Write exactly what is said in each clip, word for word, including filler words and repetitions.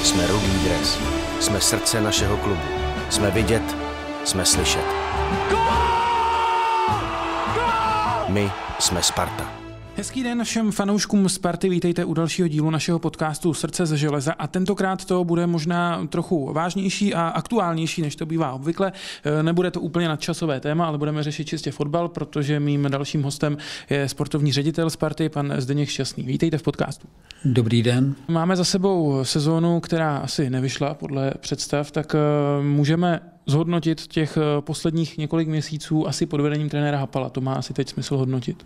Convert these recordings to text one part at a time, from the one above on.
Jsme Rudý dres. Jsme srdce našeho klubu. Jsme vidět, jsme slyšet. My jsme Sparta. Hezký den všem fanouškům Sparty, vítejte u dalšího dílu našeho podcastu Srdce ze železa a tentokrát to bude možná trochu vážnější a aktuálnější, než to bývá obvykle. Nebude to úplně nadčasové téma, ale budeme řešit čistě fotbal, protože mým dalším hostem je sportovní ředitel Sparty, pan Zdeněk Šťastný. Vítejte v podcastu. Dobrý den. Máme za sebou sezónu, která asi nevyšla podle představ, tak můžeme zhodnotit těch posledních několik měsíců asi pod vedením trenéra Hapala. To má asi teď smysl hodnotit.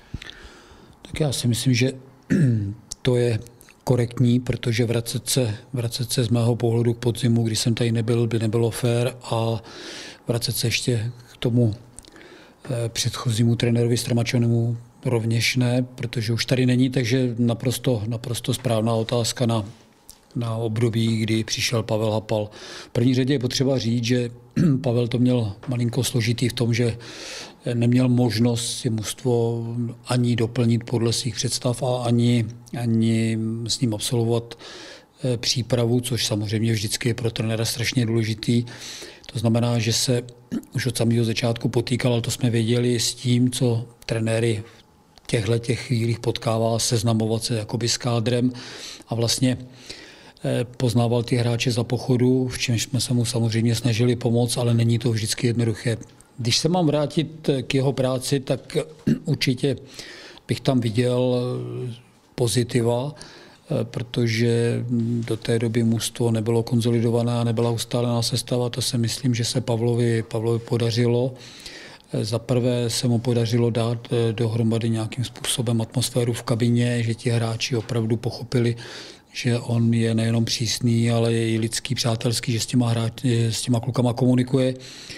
Tak já si myslím, že to je korektní, protože vracet se, vracet se z mého pohledu k podzimu, kdy jsem tady nebyl, by nebylo fér a vracet se ještě k tomu předchozímu trenérovi Stramačonému rovněž ne, protože už tady není, takže naprosto, naprosto správná otázka na, na období, kdy přišel Pavel Hapal. V první řadě je potřeba říct, že Pavel to měl malinko složitý v tom, že neměl možnost si mužstvo ani doplnit podle svých představ a ani, ani s ním absolvovat přípravu, což samozřejmě vždycky je pro trenéra strašně důležitý. To znamená, že se už od samého začátku potýkal, ale to jsme věděli, s tím, co trenéry v těchto těch chvílích potkává, seznamovat se jakoby s kádrem a vlastně poznával ty hráče za pochodu, v čemž jsme se mu samozřejmě snažili pomoct, ale není to vždycky jednoduché. Když se mám vrátit k jeho práci, tak určitě bych tam viděl pozitiva, protože do té doby mužstvo nebylo konsolidované a nebyla ustálená sestava. To si myslím, že se Pavlovi, Pavlovi podařilo. Za prvé se mu podařilo dát dohromady nějakým způsobem atmosféru v kabině, že ti hráči opravdu pochopili, že on je nejenom přísný, ale je i lidský, přátelský, že s těma, hráči, s těma klukama komunikuje.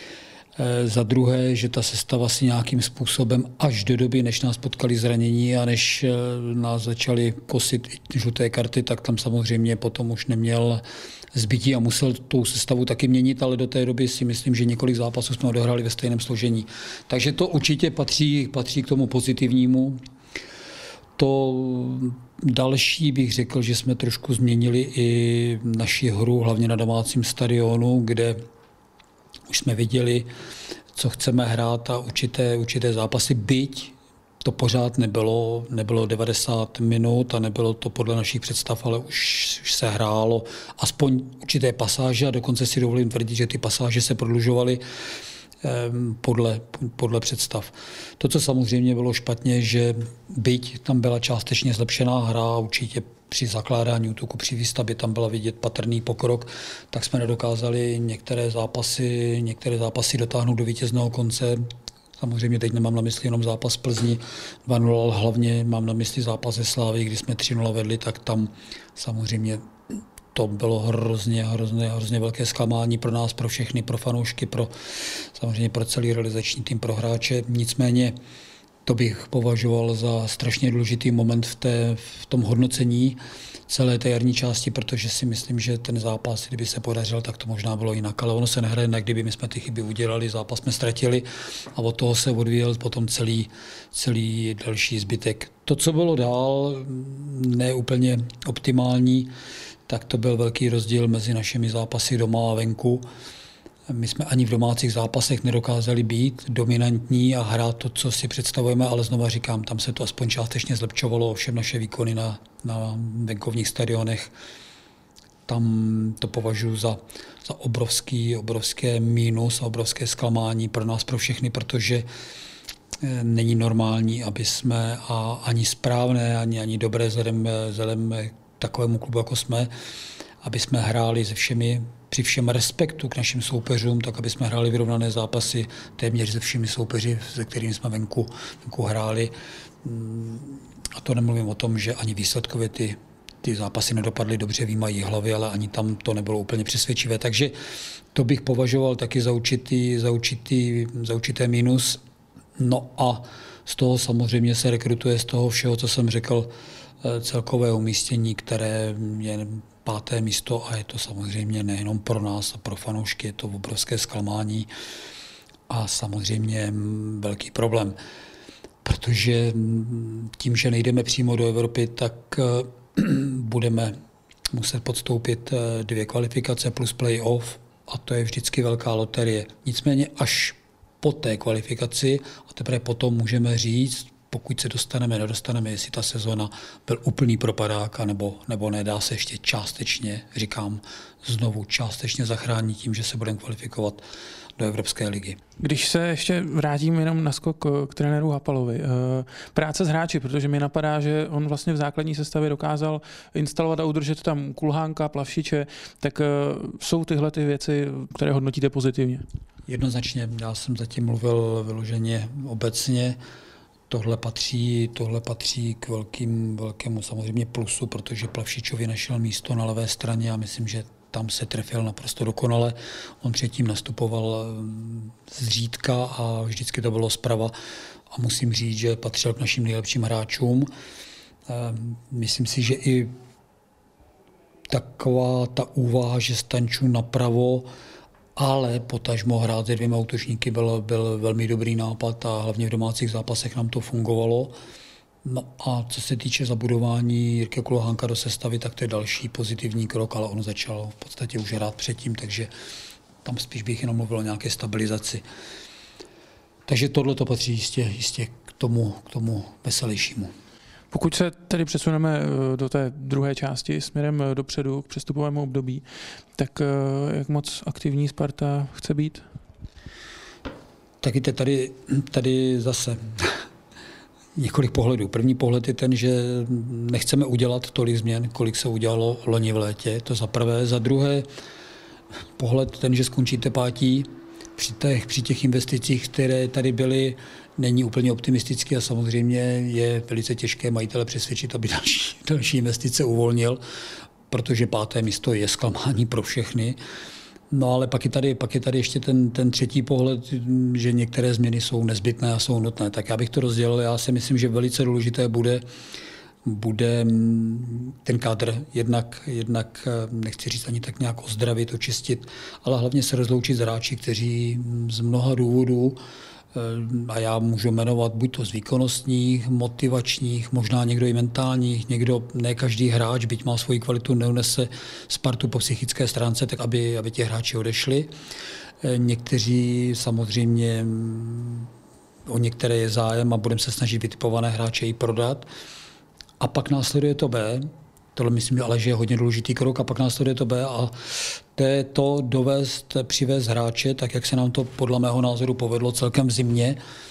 Za druhé, že ta sestava si nějakým způsobem až do doby, než nás potkali zranění a než nás začali kosit žluté karty, tak tam samozřejmě potom už neměl zbytí a musel tou sestavu taky měnit, ale do té doby si myslím, že několik zápasů jsme odehrali ve stejném složení. Takže to určitě patří, patří k tomu pozitivnímu. To další bych řekl, že jsme trošku změnili i naši hru, hlavně na domácím stadionu, kde už jsme viděli, co chceme hrát a určité, určité zápasy, byť to pořád nebylo, nebylo devadesát minut a nebylo to podle našich představ, ale už, už se hrálo aspoň určité pasáže a dokonce si dovolím tvrdit, že ty pasáže se prodlužovaly podle, podle představ. To, co samozřejmě bylo špatně, že byť tam byla částečně zlepšená hra, určitě při zakládání útoku, při výstavbě tam byla vidět patrný pokrok, tak jsme nedokázali některé zápasy, některé zápasy dotáhnout do vítězného konce. Samozřejmě teď nemám na mysli jenom zápas Plzni dva nula, ale hlavně mám na mysli zápas ze Slávy, kdy jsme tři nula vedli, tak tam samozřejmě to bylo hrozně, hrozně, hrozně velké zklamání pro nás, pro všechny, pro fanoušky, pro, samozřejmě pro celý realizační tým, pro hráče. Nicméně to bych považoval za strašně důležitý moment v, té, v tom hodnocení celé té jarní části, protože si myslím, že ten zápas, kdyby se podařil, tak to možná bylo jinak. Ale ono se nehraje jinak, kdyby my jsme ty chyby udělali, zápas jsme ztratili a od toho se odvíjel potom celý, celý další zbytek. To, co bylo dál, ne úplně optimální, tak to byl velký rozdíl mezi našimi zápasy doma a venku. My jsme ani v domácích zápasech nedokázali být dominantní a hrát to, co si představujeme, ale znova říkám, tam se to aspoň částečně zlepšovalo, ovšem naše výkony na, na venkovních stadionech. Tam to považuji za, za obrovský, obrovské mínus a obrovské zklamání pro nás, pro všechny, protože není normální, aby jsme a ani správné, ani, ani dobré vzhledem, vzhledem takovému klubu, jako jsme, aby jsme hráli se všemi, při všem respektu k našim soupeřům, tak aby jsme hráli vyrovnané zápasy téměř se všemi soupeři, se kterými jsme venku, venku hráli. A to nemluvím o tom, že ani výsledkově ty, ty zápasy nedopadly dobře, výmají hlavy, ale ani tam to nebylo úplně přesvědčivé. Takže to bych považoval taky za určitý, za určitý, za určité mínus. No a z toho samozřejmě se rekrutuje z toho všeho, co jsem řekl, celkové umístění, které je páté místo a je to samozřejmě nejenom pro nás a pro fanoušky, je to obrovské zklamání a samozřejmě velký problém. Protože tím, že nejdeme přímo do Evropy, tak budeme muset podstoupit dvě kvalifikace plus play-off a to je vždycky velká loterie. Nicméně až po té kvalifikaci a teprve potom můžeme říct, pokud se dostaneme, nedostaneme, jestli ta sezona byl úplný propadák, nebo, nebo nedá se ještě částečně, říkám znovu, částečně zachránit tím, že se budeme kvalifikovat do Evropské ligy. Když se ještě vrátím jenom na skok k trenéru Hapalovi. Práce s hráči, protože mi napadá, že on vlastně v základní sestavě dokázal instalovat a udržet tam Kulhánka, Plavšiče, tak jsou tyhle ty věci, které hodnotíte pozitivně? Jednoznačně, já jsem zatím mluvil vyloženě obecně. Tohle patří, tohle patří k velkým, velkému samozřejmě plusu, protože Plavšičovi našel místo na levé straně a myslím, že tam se trefil naprosto dokonale. On předtím nastupoval zřídka a vždycky to bylo zprava a musím říct, že patřil k našim nejlepším hráčům. Myslím si, že i taková ta úvaha, že Stanču napravo, ale potažmo hrát se dvěma útočníky byl, byl velmi dobrý nápad a hlavně v domácích zápasech nám to fungovalo. No a co se týče zabudování Jirky Kulhánka do sestavy, tak to je další pozitivní krok, ale on začal v podstatě už hrát předtím, takže tam spíš bych jenom mluvil o nějaké stabilizaci. Takže tohle to patří jistě, jistě k tomu, k tomu veselějšímu. Pokud se tedy přesuneme do té druhé části směrem dopředu k přestupovému období, tak jak moc aktivní Sparta chce být? Tak víte, tady, tady zase několik pohledů. První pohled je ten, že nechceme udělat tolik změn, kolik se udělalo loni v létě, to za prvé. Za druhé pohled ten, že skončíte pátí při těch, při těch investicích, které tady byly, není úplně optimistický a samozřejmě je velice těžké majitele přesvědčit, aby další, další investice uvolnil, protože páté místo je zklamání pro všechny. No ale pak je tady, pak je tady ještě ten, ten třetí pohled, že některé změny jsou nezbytné a jsou nutné. Tak já bych to rozdělil. Já si myslím, že velice důležité bude, bude ten kádr jednak, jednak, nechci říct ani tak nějak ozdravit, očistit, ale hlavně se rozloučit s hráči, kteří z mnoha důvodů, a já můžu jmenovat buď to z výkonnostních, motivačních, možná někdo i mentálních, někdo, ne každý hráč, byť má svoji kvalitu, neunese Spartu po psychické stránce, tak aby, aby ti hráči odešli. Někteří samozřejmě, o některé je zájem a budeme se snažit vytipované hráče i prodat. A pak následuje to B, tohle myslím, ale že je hodně důležitý krok, a pak následuje to B a to je to dovést, přivést hráče, tak jak se nám to podle mého názoru povedlo celkem v zimě,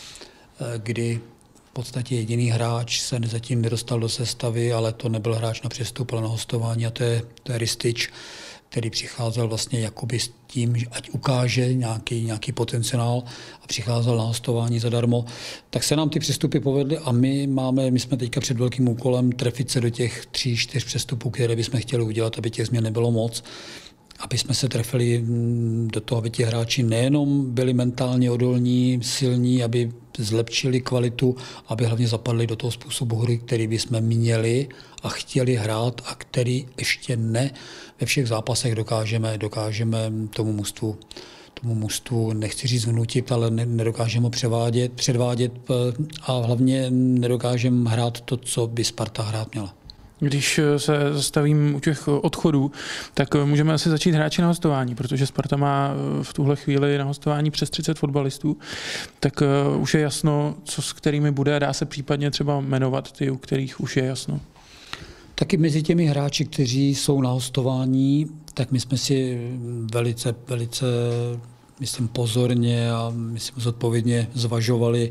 kdy v podstatě jediný hráč se zatím nedostal do sestavy, ale to nebyl hráč na přestup, ale na hostování, a to je, to je Ristič, který přicházel vlastně jakoby s tím, že ať ukáže nějaký, nějaký potenciál a přicházel na hostování zadarmo, tak se nám ty přestupy povedly a my máme, my jsme teďka před velkým úkolem trefit se do těch tří, čtyř přestupů, které bychom chtěli udělat, aby těch změn nebylo moc, aby jsme se trefili do toho, aby ti hráči nejenom byli mentálně odolní, silní, aby zlepšili kvalitu, aby hlavně zapadli do toho způsobu hry, který bychom měli a chtěli hrát a který ještě ne ve všech zápasech dokážeme, dokážeme tomu mužstvu, tomu mužstvu, nechci říct vnutit, ale nedokážeme ho převádět, předvádět a hlavně nedokážeme hrát to, co by Sparta hrát měla. Když se zastavím u těch odchodů, tak můžeme asi začít hráči na hostování, protože Sparta má v tuhle chvíli na hostování přes třicet fotbalistů, tak už je jasno, co s kterými bude, dá se případně třeba jmenovat ty, u kterých už je jasno. Taky mezi těmi hráči, kteří jsou na hostování, tak my jsme si velice, velice, myslím pozorně a myslím zodpovědně zvažovali,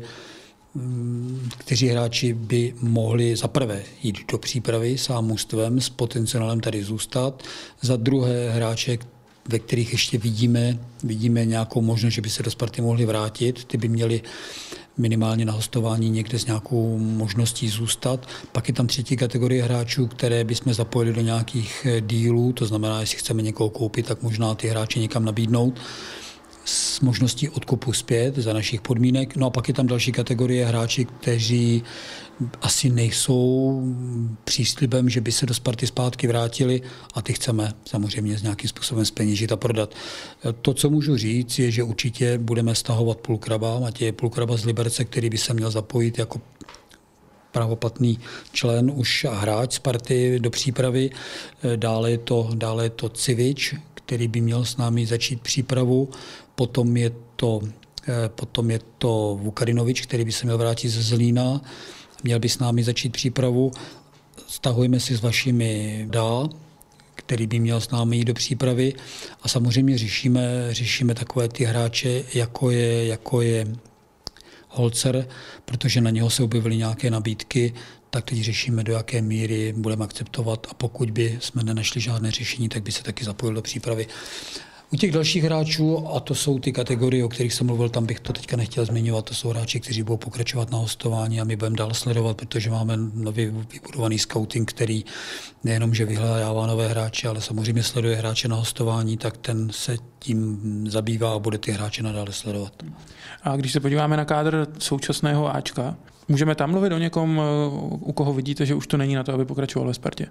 kteří hráči by mohli za prvé jít do přípravy sám mužstvem s potenciálem tady zůstat, za druhé hráče, ve kterých ještě vidíme, vidíme nějakou možnost, že by se do Sparty mohli vrátit, ty by měli minimálně na hostování někde s nějakou možností zůstat. Pak je tam třetí kategorie hráčů, které bychom zapojili do nějakých dílů, to znamená, jestli chceme někoho koupit, tak možná ty hráče někam nabídnout s možností odkupu zpět za našich podmínek. No a pak je tam další kategorie hráči, kteří asi nejsou příslibem, že by se do Sparty zpátky vrátili a ty chceme samozřejmě s nějakým způsobem zpeněžit a prodat. To, co můžu říct, je, že určitě budeme stahovat Pulkraba, Matěje Pulkraba z Liberce, který by se měl zapojit jako právoplatný člen už a hráč Sparty do přípravy. Dále je to, dále je to Civič, který by měl s námi začít přípravu. Potom je to, potom je to Vukadinovič, který by se měl vrátit ze Zlína. Měl by s námi začít přípravu. Stahujeme si s vašimi dá, který by měl s námi jít do přípravy. A samozřejmě řešíme, řešíme takové ty hráče, jako je, jako je Holzer, protože na něho se objevily nějaké nabídky, tak teď řešíme, do jaké míry budeme akceptovat a pokud by jsme nenašli žádné řešení, tak by se taky zapojil do přípravy. U těch dalších hráčů, a to jsou ty kategorie, o kterých jsem mluvil, tam bych to teďka nechtěl zmiňovat, to jsou hráči, kteří budou pokračovat na hostování a my budeme dál sledovat, protože máme nový vybudovaný scouting, který nejenom, že vyhledává nové hráče, ale samozřejmě sleduje hráče na hostování, tak ten se tím zabývá a bude ty hráče nadále sledovat. A když se podíváme na kádr současného Ačka, můžeme tam mluvit o někom, u koho vidíte, že už to není na to, aby pokračoval ve Spartě?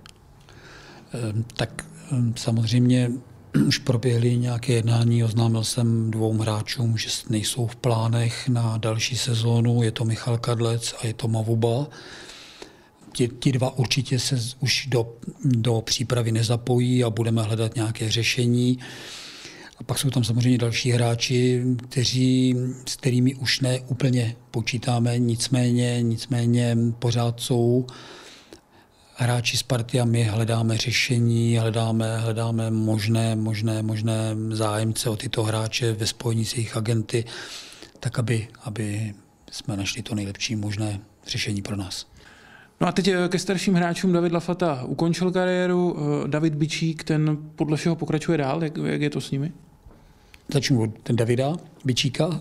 Tak samozřejmě už proběhly nějaké jednání, oznámil jsem dvou hráčům, že nejsou v plánech na další sezónu, je to Michal Kadlec a je to Mavuba. Ti, ti dva určitě se už do, do přípravy nezapojí a budeme hledat nějaké řešení. A pak jsou tam samozřejmě další hráči, kteří, s kterými už ne úplně počítáme, nicméně, nicméně pořád jsou hráči Sparty a my hledáme řešení, hledáme, hledáme možné, možné, možné zájemce o tyto hráče ve spojení s jejich agenty, tak aby, aby jsme našli to nejlepší možné řešení pro nás. No a teď ke starším hráčům. David Lafata ukončil kariéru, David Bičík, ten podle všeho pokračuje dál, jak, jak je to s nimi? Začnu ten Davida Bičíka.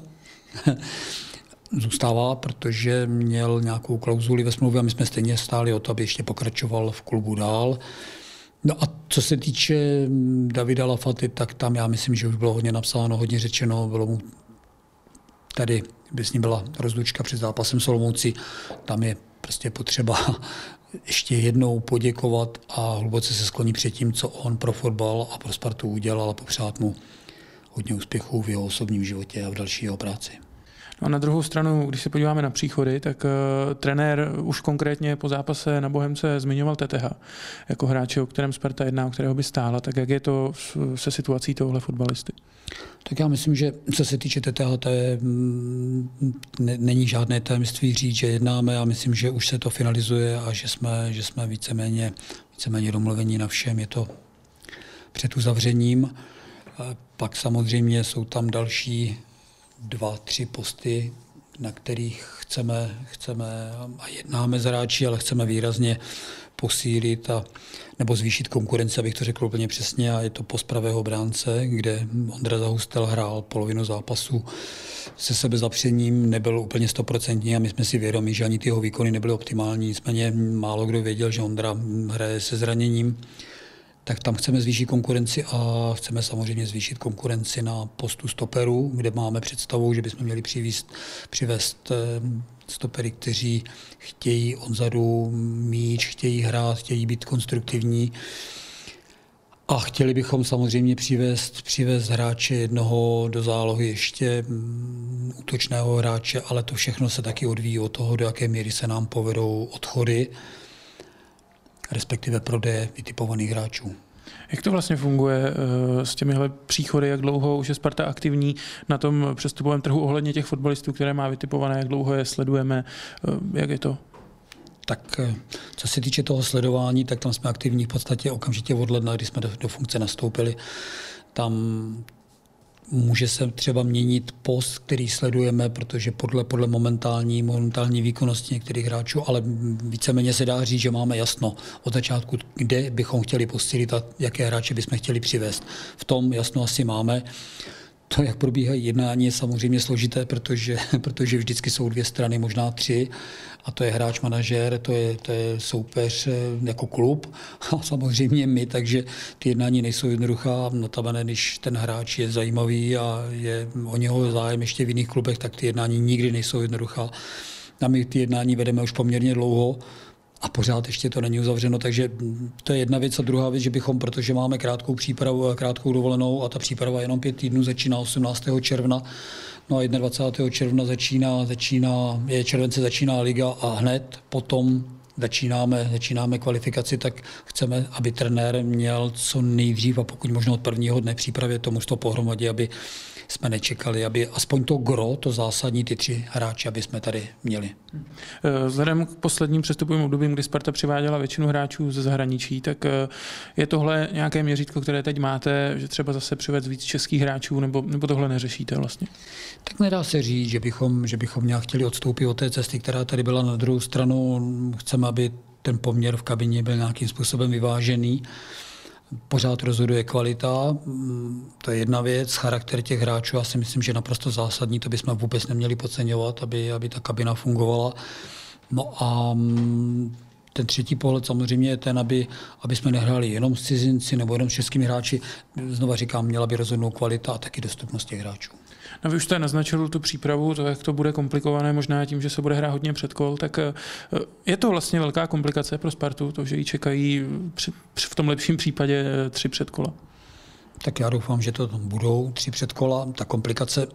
Zůstává, protože měl nějakou klauzuli ve smlouvě a my jsme stejně stáli o to, aby ještě pokračoval v klubu dál. No a co se týče Davida Lafaty, tak tam já myslím, že už bylo hodně napsáno, hodně řečeno, bylo mu tady, by s ním byla rozlučka před zápasem s Olomoucí, tam je prostě potřeba ještě jednou poděkovat a hluboce se skloní před tím, co on pro fotbal a pro Spartu udělal a popřát mu hodně úspěchů v jeho osobním životě a v další jeho práci. No a na druhou stranu, když se podíváme na příchody, tak uh, trenér už konkrétně po zápase na Bohemce zmiňoval Teteha jako hráče, o kterém Sparta jedná, o kterého by stála. Tak jak je to se situací tohle fotbalisty? Tak já myslím, že co se týče Teteha, to je, ne, není žádné tajemství říct, že jednáme a myslím, že už se to finalizuje a že jsme, že jsme víceméně, víceméně domluvení na všem. Je to před uzavřením. Pak samozřejmě jsou tam další dva, tři posty, na kterých chceme, chceme a jednáme s hráči, ale chceme výrazně posílit a, nebo zvýšit konkurenci, abych to řekl úplně přesně, a je to post pravého bránce, kde Ondra Zahustel hrál polovinu zápasu se sebezapřením, nebyl úplně stoprocentní a my jsme si vědomi, že ani ty jeho výkony nebyly optimální, nicméně málo kdo věděl, že Ondra hraje se zraněním. Tak tam chceme zvýšit konkurenci a chceme samozřejmě zvýšit konkurenci na postu stoperů, kde máme představu, že bychom měli přivést, přivést stopery, kteří chtějí odzadu míč, chtějí hrát, chtějí být konstruktivní. A chtěli bychom samozřejmě přivést, přivést hráče jednoho do zálohy, ještě útočného hráče, ale to všechno se taky odvíjí od toho, do jaké míry se nám povedou odchody, respektive prodeje vytipovaných hráčů. Jak to vlastně funguje s těmihle příchody, jak dlouho už je Sparta aktivní na tom přestupovém trhu ohledně těch fotbalistů, které má vytipované, jak dlouho je sledujeme, jak je to? Tak co se týče toho sledování, tak tam jsme aktivní v podstatě okamžitě od ledna, kdy jsme do, do funkce nastoupili. Tam může se třeba měnit post, který sledujeme, protože podle, podle momentální, momentální výkonnosti některých hráčů, ale víceméně se dá říct, že máme jasno od začátku, kde bychom chtěli posílit a jaké hráče bychom chtěli přivést. V tom jasno asi máme. To, jak probíhají jednání, je samozřejmě složité, protože, protože vždycky jsou dvě strany, možná tři, a to je hráč, manažer, to je, to je soupeř jako klub a samozřejmě my, takže ty jednání nejsou jednoduchá, notabene, když ten hráč je zajímavý a je o něho zájem ještě v jiných klubech, tak ty jednání nikdy nejsou jednoduchá. A my ty jednání vedeme už poměrně dlouho, a pořád ještě to není uzavřeno, takže to je jedna věc. A druhá věc, že bychom, protože máme krátkou přípravu a krátkou dovolenou a ta příprava jenom pět týdnů, začíná osmnáctého června, No a dvacátého prvního června začíná, začíná, je července začíná liga a hned potom začínáme, začínáme kvalifikaci, tak chceme, aby trenér měl co nejdřív a pokud možno od prvního dne přípravě tomu to pohromadě, aby jsme nečekali, aby aspoň to gro, to zásadní, ty tři hráči, aby jsme tady měli. Vzhledem k posledním přestupovým obdobím, kdy Sparta přiváděla většinu hráčů ze zahraničí, tak je tohle nějaké měřítko, které teď máte, že třeba zase přivést víc českých hráčů, nebo, nebo tohle neřešíte vlastně? Tak nedá se říct, že bychom, že bychom nějak chtěli odstoupit od té cesty, která tady byla. Na druhou stranu chceme, aby ten poměr v kabině byl nějakým způsobem vyvážený. Pořád rozhoduje kvalita, to je jedna věc, charakter těch hráčů, já si myslím, že naprosto zásadní, to bychom vůbec neměli podceňovat, aby, aby ta kabina fungovala. No a ten třetí pohled samozřejmě je ten, aby, aby jsme nehráli jenom s cizinci nebo jenom s českými hráči. Znova říkám, měla by rozhodnout kvalita a taky dostupnost těch hráčů. No vy už jste naznačil tu přípravu, to, jak to bude komplikované, možná tím, že se bude hrát hodně předkol, tak je to vlastně velká komplikace pro Spartu, to, že ji čekají při, v tom lepším případě tři předkola. Tak já doufám, že to budou tři předkola. Ta komplikace,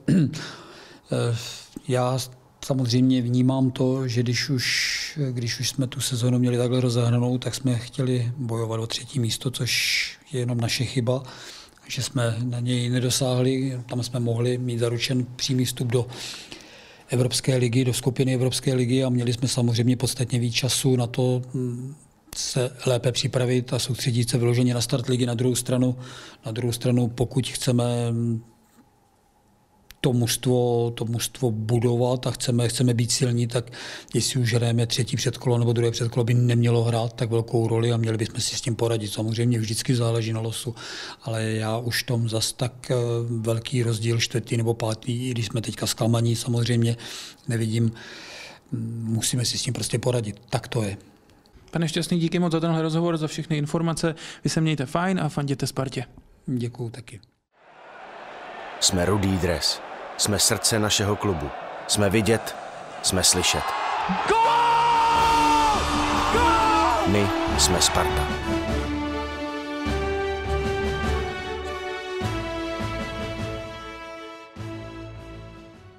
já samozřejmě vnímám to, že když už, když už jsme tu sezonu měli takhle rozehranou, tak jsme chtěli bojovat o třetí místo, což je jenom naše chyba, že jsme na něj nedosáhli. Tam jsme mohli mít zaručen přímý vstup do Evropské ligy, do skupiny Evropské ligy a měli jsme samozřejmě podstatně víc času na to se lépe připravit a soustředit se vyloženě na start ligy. Na druhou stranu, na druhou stranu pokud chceme to mužstvo, to mužstvo budovat a chceme, chceme být silní, tak jestli už hrajeme třetí předkolo nebo druhé předkolo, by nemělo hrát tak velkou roli a měli bychom si s tím poradit. Samozřejmě vždycky záleží na losu, ale já už tom zas tak velký rozdíl čtvrtý nebo pátý, i když jsme teďka zklamaní, samozřejmě nevidím, musíme si s tím prostě poradit. Tak to je. Pane Šťastný, díky moc za tenhle rozhovor, za všechny informace. Vy se mějte fajn a fanděte Spartě. Děkuju taky. Jsme Rudý dres. Jsme srdce našeho klubu. Jsme vidět, jsme slyšet. My jsme Sparta.